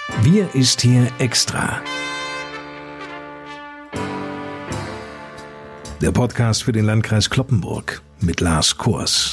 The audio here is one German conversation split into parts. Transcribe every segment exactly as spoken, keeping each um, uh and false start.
Wir ist hier extra. Der Podcast für den Landkreis Cloppenburg mit Lars Kors.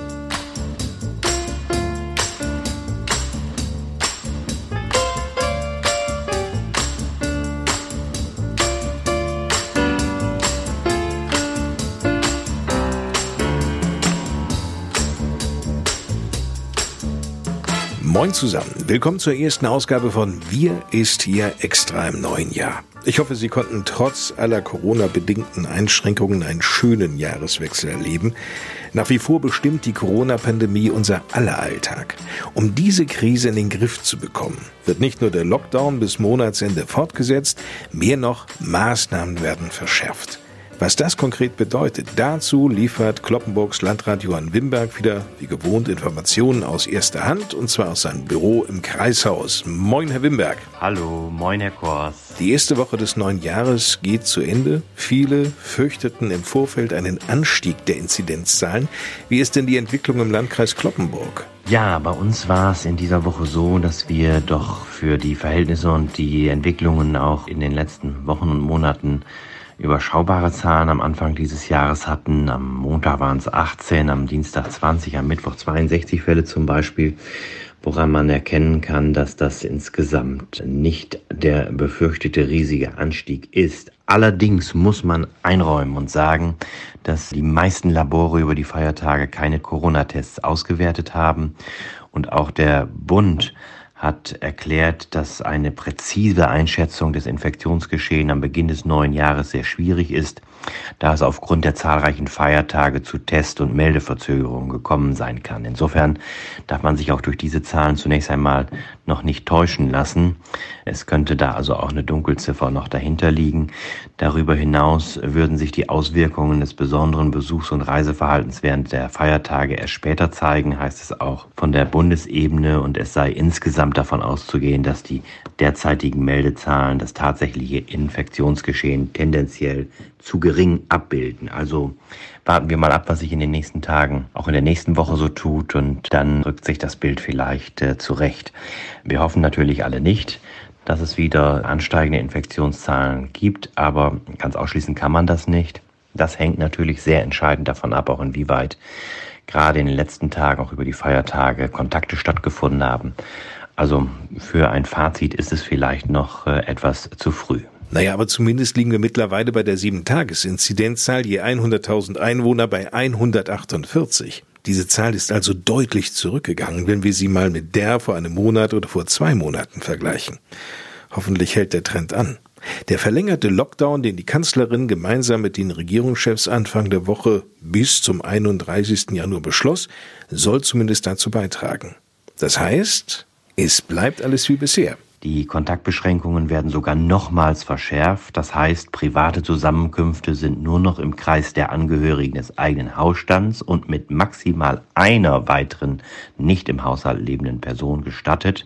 Moin zusammen, willkommen zur ersten Ausgabe von Wir ist hier extra im neuen Jahr. Ich hoffe, Sie konnten trotz aller Corona-bedingten Einschränkungen einen schönen Jahreswechsel erleben. Nach wie vor bestimmt die Corona-Pandemie unser aller Alltag. Um diese Krise in den Griff zu bekommen, wird nicht nur der Lockdown bis Monatsende fortgesetzt, mehr noch Maßnahmen werden verschärft. Was das konkret bedeutet, dazu liefert Cloppenburgs Landrat Johann Wimberg wieder wie gewohnt Informationen aus erster Hand, und zwar aus seinem Büro im Kreishaus. Moin, Herr Wimberg. Hallo, moin, Herr Kors. Die erste Woche des neuen Jahres geht zu Ende. Viele fürchteten im Vorfeld einen Anstieg der Inzidenzzahlen. Wie ist denn die Entwicklung im Landkreis Cloppenburg? Ja, bei uns war es in dieser Woche so, dass wir doch für die Verhältnisse und die Entwicklungen auch in den letzten Wochen und Monaten überschaubare Zahlen am Anfang dieses Jahres hatten. Am Montag waren es achtzehn, am Dienstag zwanzig, am Mittwoch zweiundsechzig Fälle zum Beispiel, woran man erkennen kann, dass das insgesamt nicht der befürchtete riesige Anstieg ist. Allerdings muss man einräumen und sagen, dass die meisten Labore über die Feiertage keine Corona-Tests ausgewertet haben, und auch der Bund hat erklärt, dass eine präzise Einschätzung des Infektionsgeschehens am Beginn des neuen Jahres sehr schwierig ist, da es aufgrund der zahlreichen Feiertage zu Test- und Meldeverzögerungen gekommen sein kann. Insofern darf man sich auch durch diese Zahlen zunächst einmal noch nicht täuschen lassen. Es könnte da also auch eine Dunkelziffer noch dahinter liegen. Darüber hinaus würden sich die Auswirkungen des besonderen Besuchs- und Reiseverhaltens während der Feiertage erst später zeigen, heißt es auch von der Bundesebene, und es sei insgesamt davon auszugehen, dass die derzeitigen Meldezahlen das tatsächliche Infektionsgeschehen tendenziell zu gering abbilden. Also warten wir mal ab, was sich in den nächsten Tagen, auch in der nächsten Woche so tut, und dann rückt sich das Bild vielleicht äh, zurecht. Wir hoffen natürlich alle nicht, dass es wieder ansteigende Infektionszahlen gibt, aber ganz ausschließen kann man das nicht. Das hängt natürlich sehr entscheidend davon ab, auch inwieweit gerade in den letzten Tagen, auch über die Feiertage, Kontakte stattgefunden haben. Also für ein Fazit ist es vielleicht noch äh, etwas zu früh. Naja, aber zumindest liegen wir mittlerweile bei der sieben-Tages-Inzidenzzahl je hunderttausend Einwohner bei hundertachtundvierzig. Diese Zahl ist also deutlich zurückgegangen, wenn wir sie mal mit der vor einem Monat oder vor zwei Monaten vergleichen. Hoffentlich hält der Trend an. Der verlängerte Lockdown, den die Kanzlerin gemeinsam mit den Regierungschefs Anfang der Woche bis zum einunddreißigsten Januar beschloss, soll zumindest dazu beitragen. Das heißt, es bleibt alles wie bisher. Die Kontaktbeschränkungen werden sogar nochmals verschärft. Das heißt, private Zusammenkünfte sind nur noch im Kreis der Angehörigen des eigenen Hausstands und mit maximal einer weiteren nicht im Haushalt lebenden Person gestattet.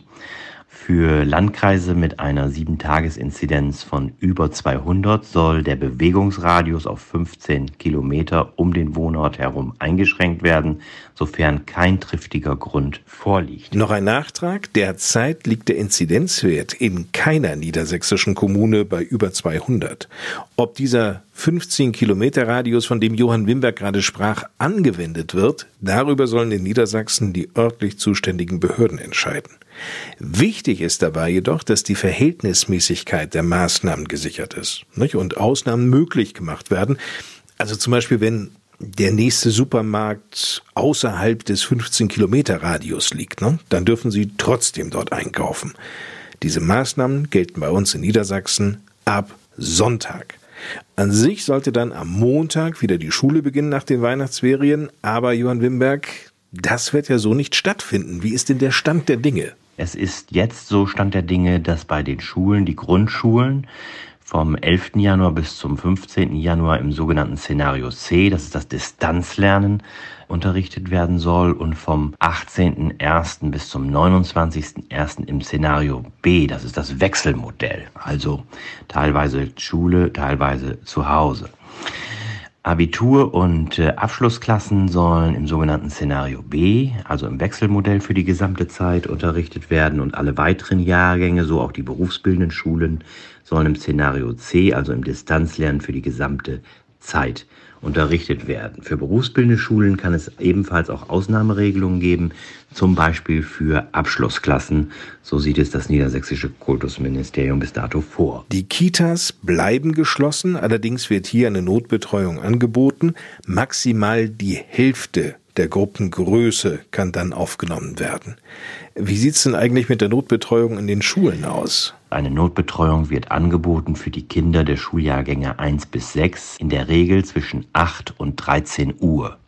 Für Landkreise mit einer sieben-Tages-Inzidenz von über zweihundert soll der Bewegungsradius auf fünfzehn Kilometer um den Wohnort herum eingeschränkt werden, sofern kein triftiger Grund vorliegt. Noch ein Nachtrag: Derzeit liegt der Inzidenzwert in keiner niedersächsischen Kommune bei über zweihundert. Ob dieser fünfzehn Kilometer Radius, von dem Johann Wimberg gerade sprach, angewendet wird, darüber sollen in Niedersachsen die örtlich zuständigen Behörden entscheiden. Wichtig ist dabei jedoch, dass die Verhältnismäßigkeit der Maßnahmen gesichert ist, nicht? Und Ausnahmen möglich gemacht werden. Also zum Beispiel, wenn der nächste Supermarkt außerhalb des fünfzehn Kilometer Radius liegt, ne? Dann dürfen Sie trotzdem dort einkaufen. Diese Maßnahmen gelten bei uns in Niedersachsen ab Sonntag. An sich sollte dann am Montag wieder die Schule beginnen nach den Weihnachtsferien, aber Johann Wimberg, das wird ja so nicht stattfinden. Wie ist denn der Stand der Dinge? Es ist jetzt so Stand der Dinge, dass bei den Schulen, die Grundschulen, vom elften Januar bis zum fünfzehnten Januar im sogenannten Szenario C, das ist das Distanzlernen, unterrichtet werden soll, und vom achtzehnten ersten bis zum neunundzwanzigsten ersten im Szenario B, das ist das Wechselmodell, also teilweise Schule, teilweise zu Hause. Abitur- und äh, Abschlussklassen sollen im sogenannten Szenario B, also im Wechselmodell für die gesamte Zeit unterrichtet werden, und alle weiteren Jahrgänge, so auch die berufsbildenden Schulen, sollen im Szenario C, also im Distanzlernen für die gesamte Zeit unterrichtet werden. Für berufsbildende Schulen kann es ebenfalls auch Ausnahmeregelungen geben, zum Beispiel für Abschlussklassen. So sieht es das niedersächsische Kultusministerium bis dato vor. Die Kitas bleiben geschlossen, allerdings wird hier eine Notbetreuung angeboten. Maximal die Hälfte der Gruppengröße kann dann aufgenommen werden. Wie sieht es denn eigentlich mit der Notbetreuung in den Schulen aus? Eine Notbetreuung wird angeboten für die Kinder der Schuljahrgänge eins bis sechs, in der Regel zwischen acht und dreizehn Uhr.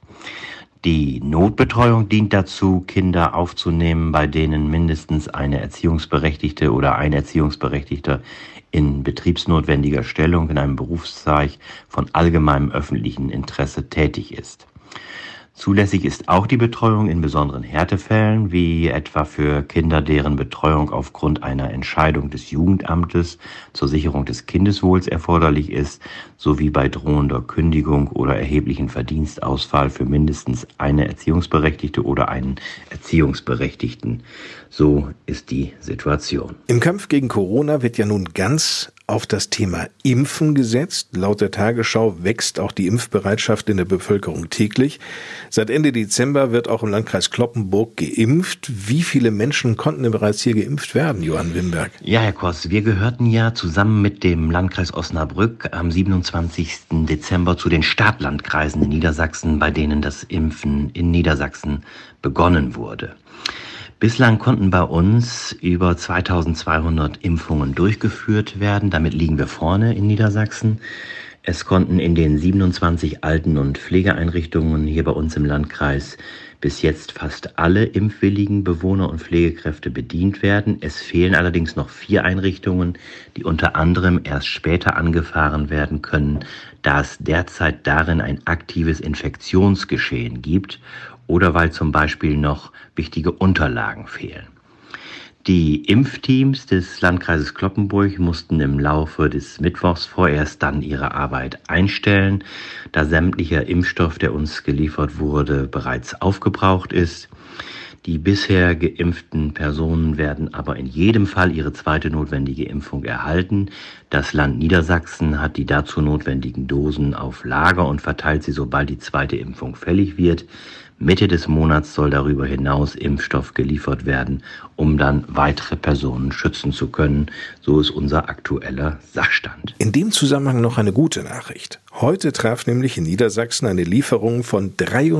Die Notbetreuung dient dazu, Kinder aufzunehmen, bei denen mindestens eine Erziehungsberechtigte oder ein Erziehungsberechtigter in betriebsnotwendiger Stellung in einem Berufszweig von allgemeinem öffentlichen Interesse tätig ist. Zulässig ist auch die Betreuung in besonderen Härtefällen, wie etwa für Kinder, deren Betreuung aufgrund einer Entscheidung des Jugendamtes zur Sicherung des Kindeswohls erforderlich ist, sowie bei drohender Kündigung oder erheblichen Verdienstausfall für mindestens eine Erziehungsberechtigte oder einen Erziehungsberechtigten. So ist die Situation. Im Kampf gegen Corona wird ja nun ganz auf das Thema Impfen gesetzt. Laut der Tagesschau wächst auch die Impfbereitschaft in der Bevölkerung täglich. Seit Ende Dezember wird auch im Landkreis Cloppenburg geimpft. Wie viele Menschen konnten denn bereits hier geimpft werden, Johann Wimberg? Ja, Herr Koss, wir gehörten ja zusammen mit dem Landkreis Osnabrück am siebenundzwanzigsten Dezember zu den Startlandkreisen in Niedersachsen, bei denen das Impfen in Niedersachsen begonnen wurde. Bislang konnten bei uns über zweitausendzweihundert Impfungen durchgeführt werden. Damit liegen wir vorne in Niedersachsen. Es konnten in den siebenundzwanzig Alten- und Pflegeeinrichtungen hier bei uns im Landkreis bis jetzt fast alle impfwilligen Bewohner und Pflegekräfte bedient werden. Es fehlen allerdings noch vier Einrichtungen, die unter anderem erst später angefahren werden können, da es derzeit darin ein aktives Infektionsgeschehen gibt oder weil zum Beispiel noch wichtige Unterlagen fehlen. Die Impfteams des Landkreises Cloppenburg mussten im Laufe des Mittwochs vorerst dann ihre Arbeit einstellen, da sämtlicher Impfstoff, der uns geliefert wurde, bereits aufgebraucht ist. Die bisher geimpften Personen werden aber in jedem Fall ihre zweite notwendige Impfung erhalten. Das Land Niedersachsen hat die dazu notwendigen Dosen auf Lager und verteilt sie, sobald die zweite Impfung fällig wird. Mitte des Monats soll darüber hinaus Impfstoff geliefert werden, um dann weitere Personen schützen zu können. So ist unser aktueller Sachstand. In dem Zusammenhang noch eine gute Nachricht. Heute traf nämlich in Niedersachsen eine Lieferung von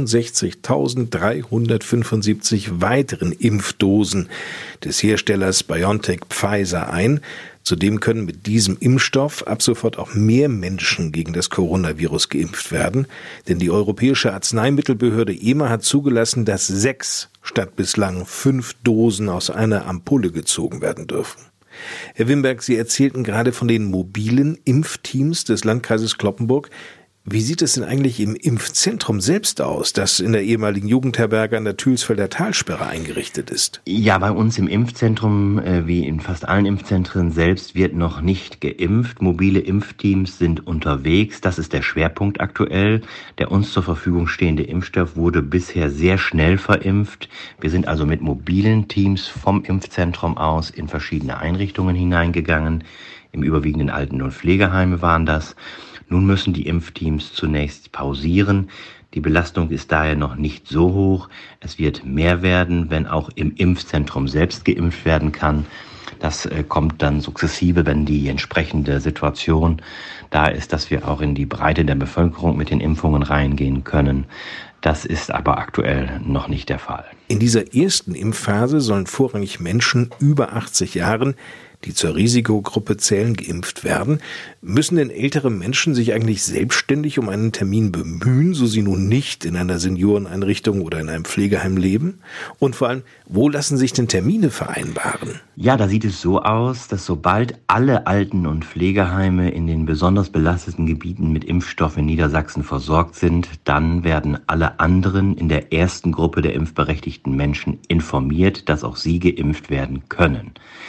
dreiundsechzigtausenddreihundertfünfundsiebzig weiteren Impfdosen des Herstellers BioNTech Pfizer ein. Zudem können mit diesem Impfstoff ab sofort auch mehr Menschen gegen das Coronavirus geimpft werden, denn die Europäische Arzneimittelbehörde E M A hat zugelassen, dass sechs statt bislang fünf Dosen aus einer Ampulle gezogen werden dürfen. Herr Wimberg, Sie erzählten gerade von den mobilen Impfteams des Landkreises Cloppenburg. Wie sieht es denn eigentlich im Impfzentrum selbst aus, das in der ehemaligen Jugendherberge an der Thülsfelder Talsperre eingerichtet ist? Ja, bei uns im Impfzentrum, äh, wie in fast allen Impfzentren selbst, wird noch nicht geimpft. Mobile Impfteams sind unterwegs. Das ist der Schwerpunkt aktuell. Der uns zur Verfügung stehende Impfstoff wurde bisher sehr schnell verimpft. Wir sind also mit mobilen Teams vom Impfzentrum aus in verschiedene Einrichtungen hineingegangen. Im überwiegenden Alten- und Pflegeheime waren das. Nun müssen die Impfteams zunächst pausieren. Die Belastung ist daher noch nicht so hoch. Es wird mehr werden, wenn auch im Impfzentrum selbst geimpft werden kann. Das äh, kommt dann sukzessive, wenn die entsprechende Situation da ist, dass wir auch in die Breite der Bevölkerung mit den Impfungen reingehen können. Das ist aber aktuell noch nicht der Fall. In dieser ersten Impfphase sollen vorrangig Menschen über achtzig Jahren, die zur Risikogruppe zählen, geimpft werden. Müssen denn ältere Menschen sich eigentlich selbstständig um einen Termin bemühen, so sie nun nicht in einer Senioreneinrichtung oder in einem Pflegeheim leben? Und vor allem, wo lassen sich denn Termine vereinbaren? Ja, da sieht es so aus, dass sobald alle Alten- und Pflegeheime in den besonders belasteten Gebieten mit Impfstoff in Niedersachsen versorgt sind, dann werden alle anderen in der ersten Gruppe der impfberechtigten Menschen informiert, dass auch sie geimpft werden können.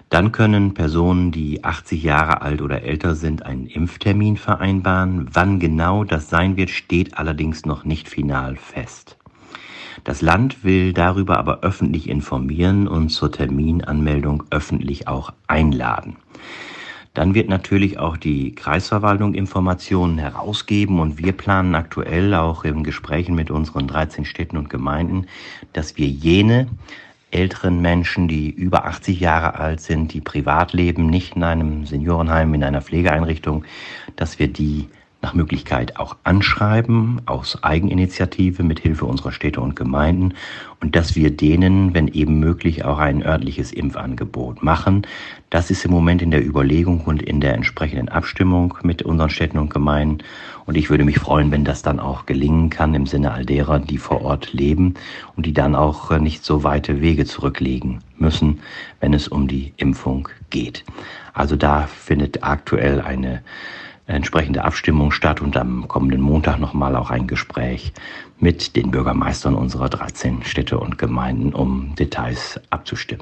Dann können Personen, die achtzig Jahre alt oder älter sind, einen Impftermin vereinbaren. Wann genau das sein wird, steht allerdings noch nicht final fest. Das Land will darüber aber öffentlich informieren und zur Terminanmeldung öffentlich auch einladen. Dann wird natürlich auch die Kreisverwaltung Informationen herausgeben und wir planen aktuell auch in Gesprächen mit unseren dreizehn Städten und Gemeinden, dass wir jene älteren Menschen, die über achtzig Jahre alt sind, die privat leben, nicht in einem Seniorenheim, in einer Pflegeeinrichtung, dass wir die nach Möglichkeit auch anschreiben, aus Eigeninitiative mit Hilfe unserer Städte und Gemeinden und dass wir denen, wenn eben möglich, auch ein örtliches Impfangebot machen. Das ist im Moment in der Überlegung und in der entsprechenden Abstimmung mit unseren Städten und Gemeinden und ich würde mich freuen, wenn das dann auch gelingen kann im Sinne all derer, die vor Ort leben und die dann auch nicht so weite Wege zurücklegen müssen, wenn es um die Impfung geht. Also da findet aktuell eine entsprechende Abstimmung statt und am kommenden Montag nochmal auch ein Gespräch mit den Bürgermeistern unserer dreizehn Städte und Gemeinden, um Details abzustimmen.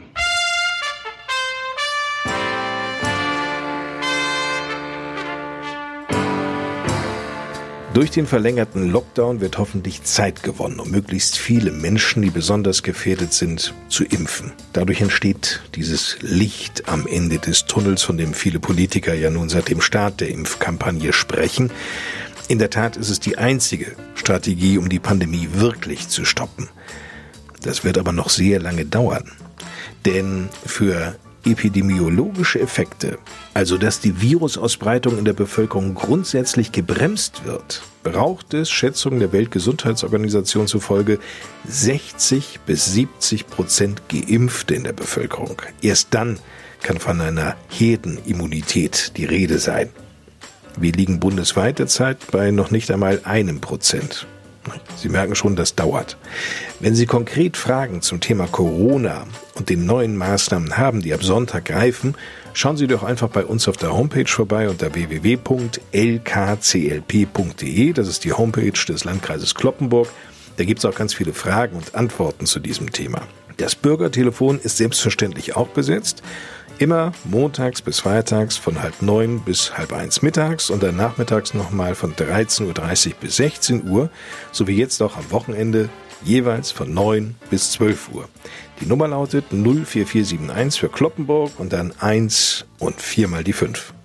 Durch den verlängerten Lockdown wird hoffentlich Zeit gewonnen, um möglichst viele Menschen, die besonders gefährdet sind, zu impfen. Dadurch entsteht dieses Licht am Ende des Tunnels, von dem viele Politiker ja nun seit dem Start der Impfkampagne sprechen. In der Tat ist es die einzige Strategie, um die Pandemie wirklich zu stoppen. Das wird aber noch sehr lange dauern. Denn für epidemiologische Effekte, also dass die Virusausbreitung in der Bevölkerung grundsätzlich gebremst wird, braucht es, Schätzungen der Weltgesundheitsorganisation zufolge, sechzig bis siebzig Prozent Geimpfte in der Bevölkerung. Erst dann kann von einer Herdenimmunität die Rede sein. Wir liegen bundesweit derzeit bei noch nicht einmal einem Prozent. Sie merken schon, das dauert. Wenn Sie konkret Fragen zum Thema Corona und den neuen Maßnahmen haben, die ab Sonntag greifen, schauen Sie doch einfach bei uns auf der Homepage vorbei unter w w w punkt l k c l p punkt d e. Das ist die Homepage des Landkreises Cloppenburg. Da gibt es auch ganz viele Fragen und Antworten zu diesem Thema. Das Bürgertelefon ist selbstverständlich auch besetzt. Immer montags bis freitags von halb neun bis halb eins mittags und dann nachmittags nochmal von dreizehn Uhr dreißig bis sechzehn Uhr, sowie jetzt auch am Wochenende jeweils von neun bis zwölf Uhr. Die Nummer lautet null vier vier sieben eins für Cloppenburg und dann eins und viermal die fünf.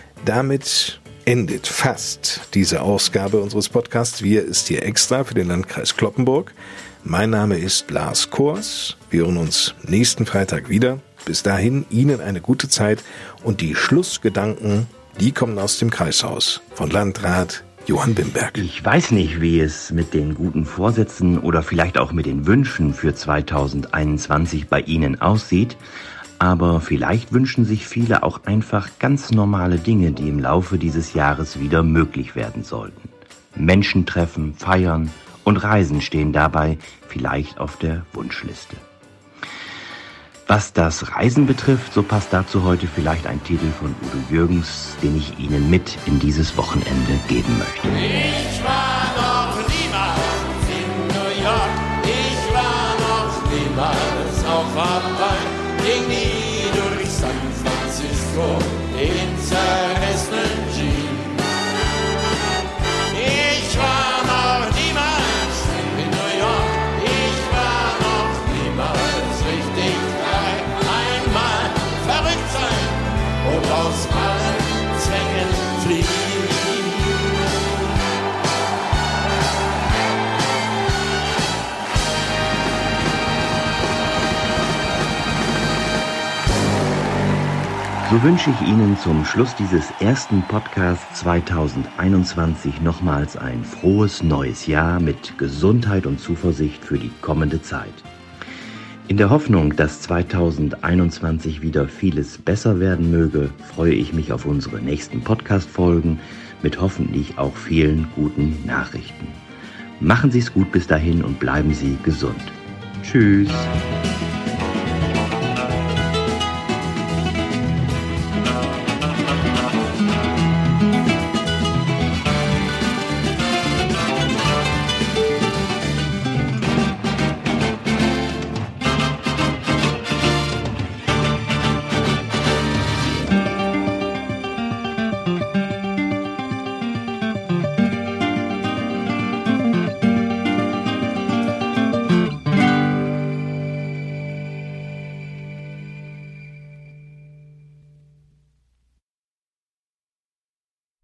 Damit endet fast diese Ausgabe unseres Podcasts. Wir ist hier extra für den Landkreis Cloppenburg. Mein Name ist Lars Kors. Wir hören uns nächsten Freitag wieder. Bis dahin Ihnen eine gute Zeit und die Schlussgedanken, die kommen aus dem Kreishaus von Landrat Johann Wimberg. Ich weiß nicht, wie es mit den guten Vorsätzen oder vielleicht auch mit den Wünschen für zweitausendeinundzwanzig bei Ihnen aussieht, aber vielleicht wünschen sich viele auch einfach ganz normale Dinge, die im Laufe dieses Jahres wieder möglich werden sollten. Menschen treffen, feiern und Reisen stehen dabei vielleicht auf der Wunschliste. Was das Reisen betrifft, so passt dazu heute vielleicht ein Titel von Udo Jürgens, den ich Ihnen mit in dieses Wochenende geben möchte. Ich war noch niemals in New York, ich war noch niemals auf Hawaii, ging nie durch San Francisco in zerrissenen Jeans. Ich war noch niemals in New York, ich war noch niemals richtig frei. Einmal verrückt sein und aus allen Zwängen fliehen. So wünsche ich Ihnen zum Schluss dieses ersten Podcasts zweitausendeinundzwanzig nochmals ein frohes neues Jahr mit Gesundheit und Zuversicht für die kommende Zeit. In der Hoffnung, dass zweitausendeinundzwanzig wieder vieles besser werden möge, freue ich mich auf unsere nächsten Podcast-Folgen mit hoffentlich auch vielen guten Nachrichten. Machen Sie es gut bis dahin und bleiben Sie gesund. Tschüss.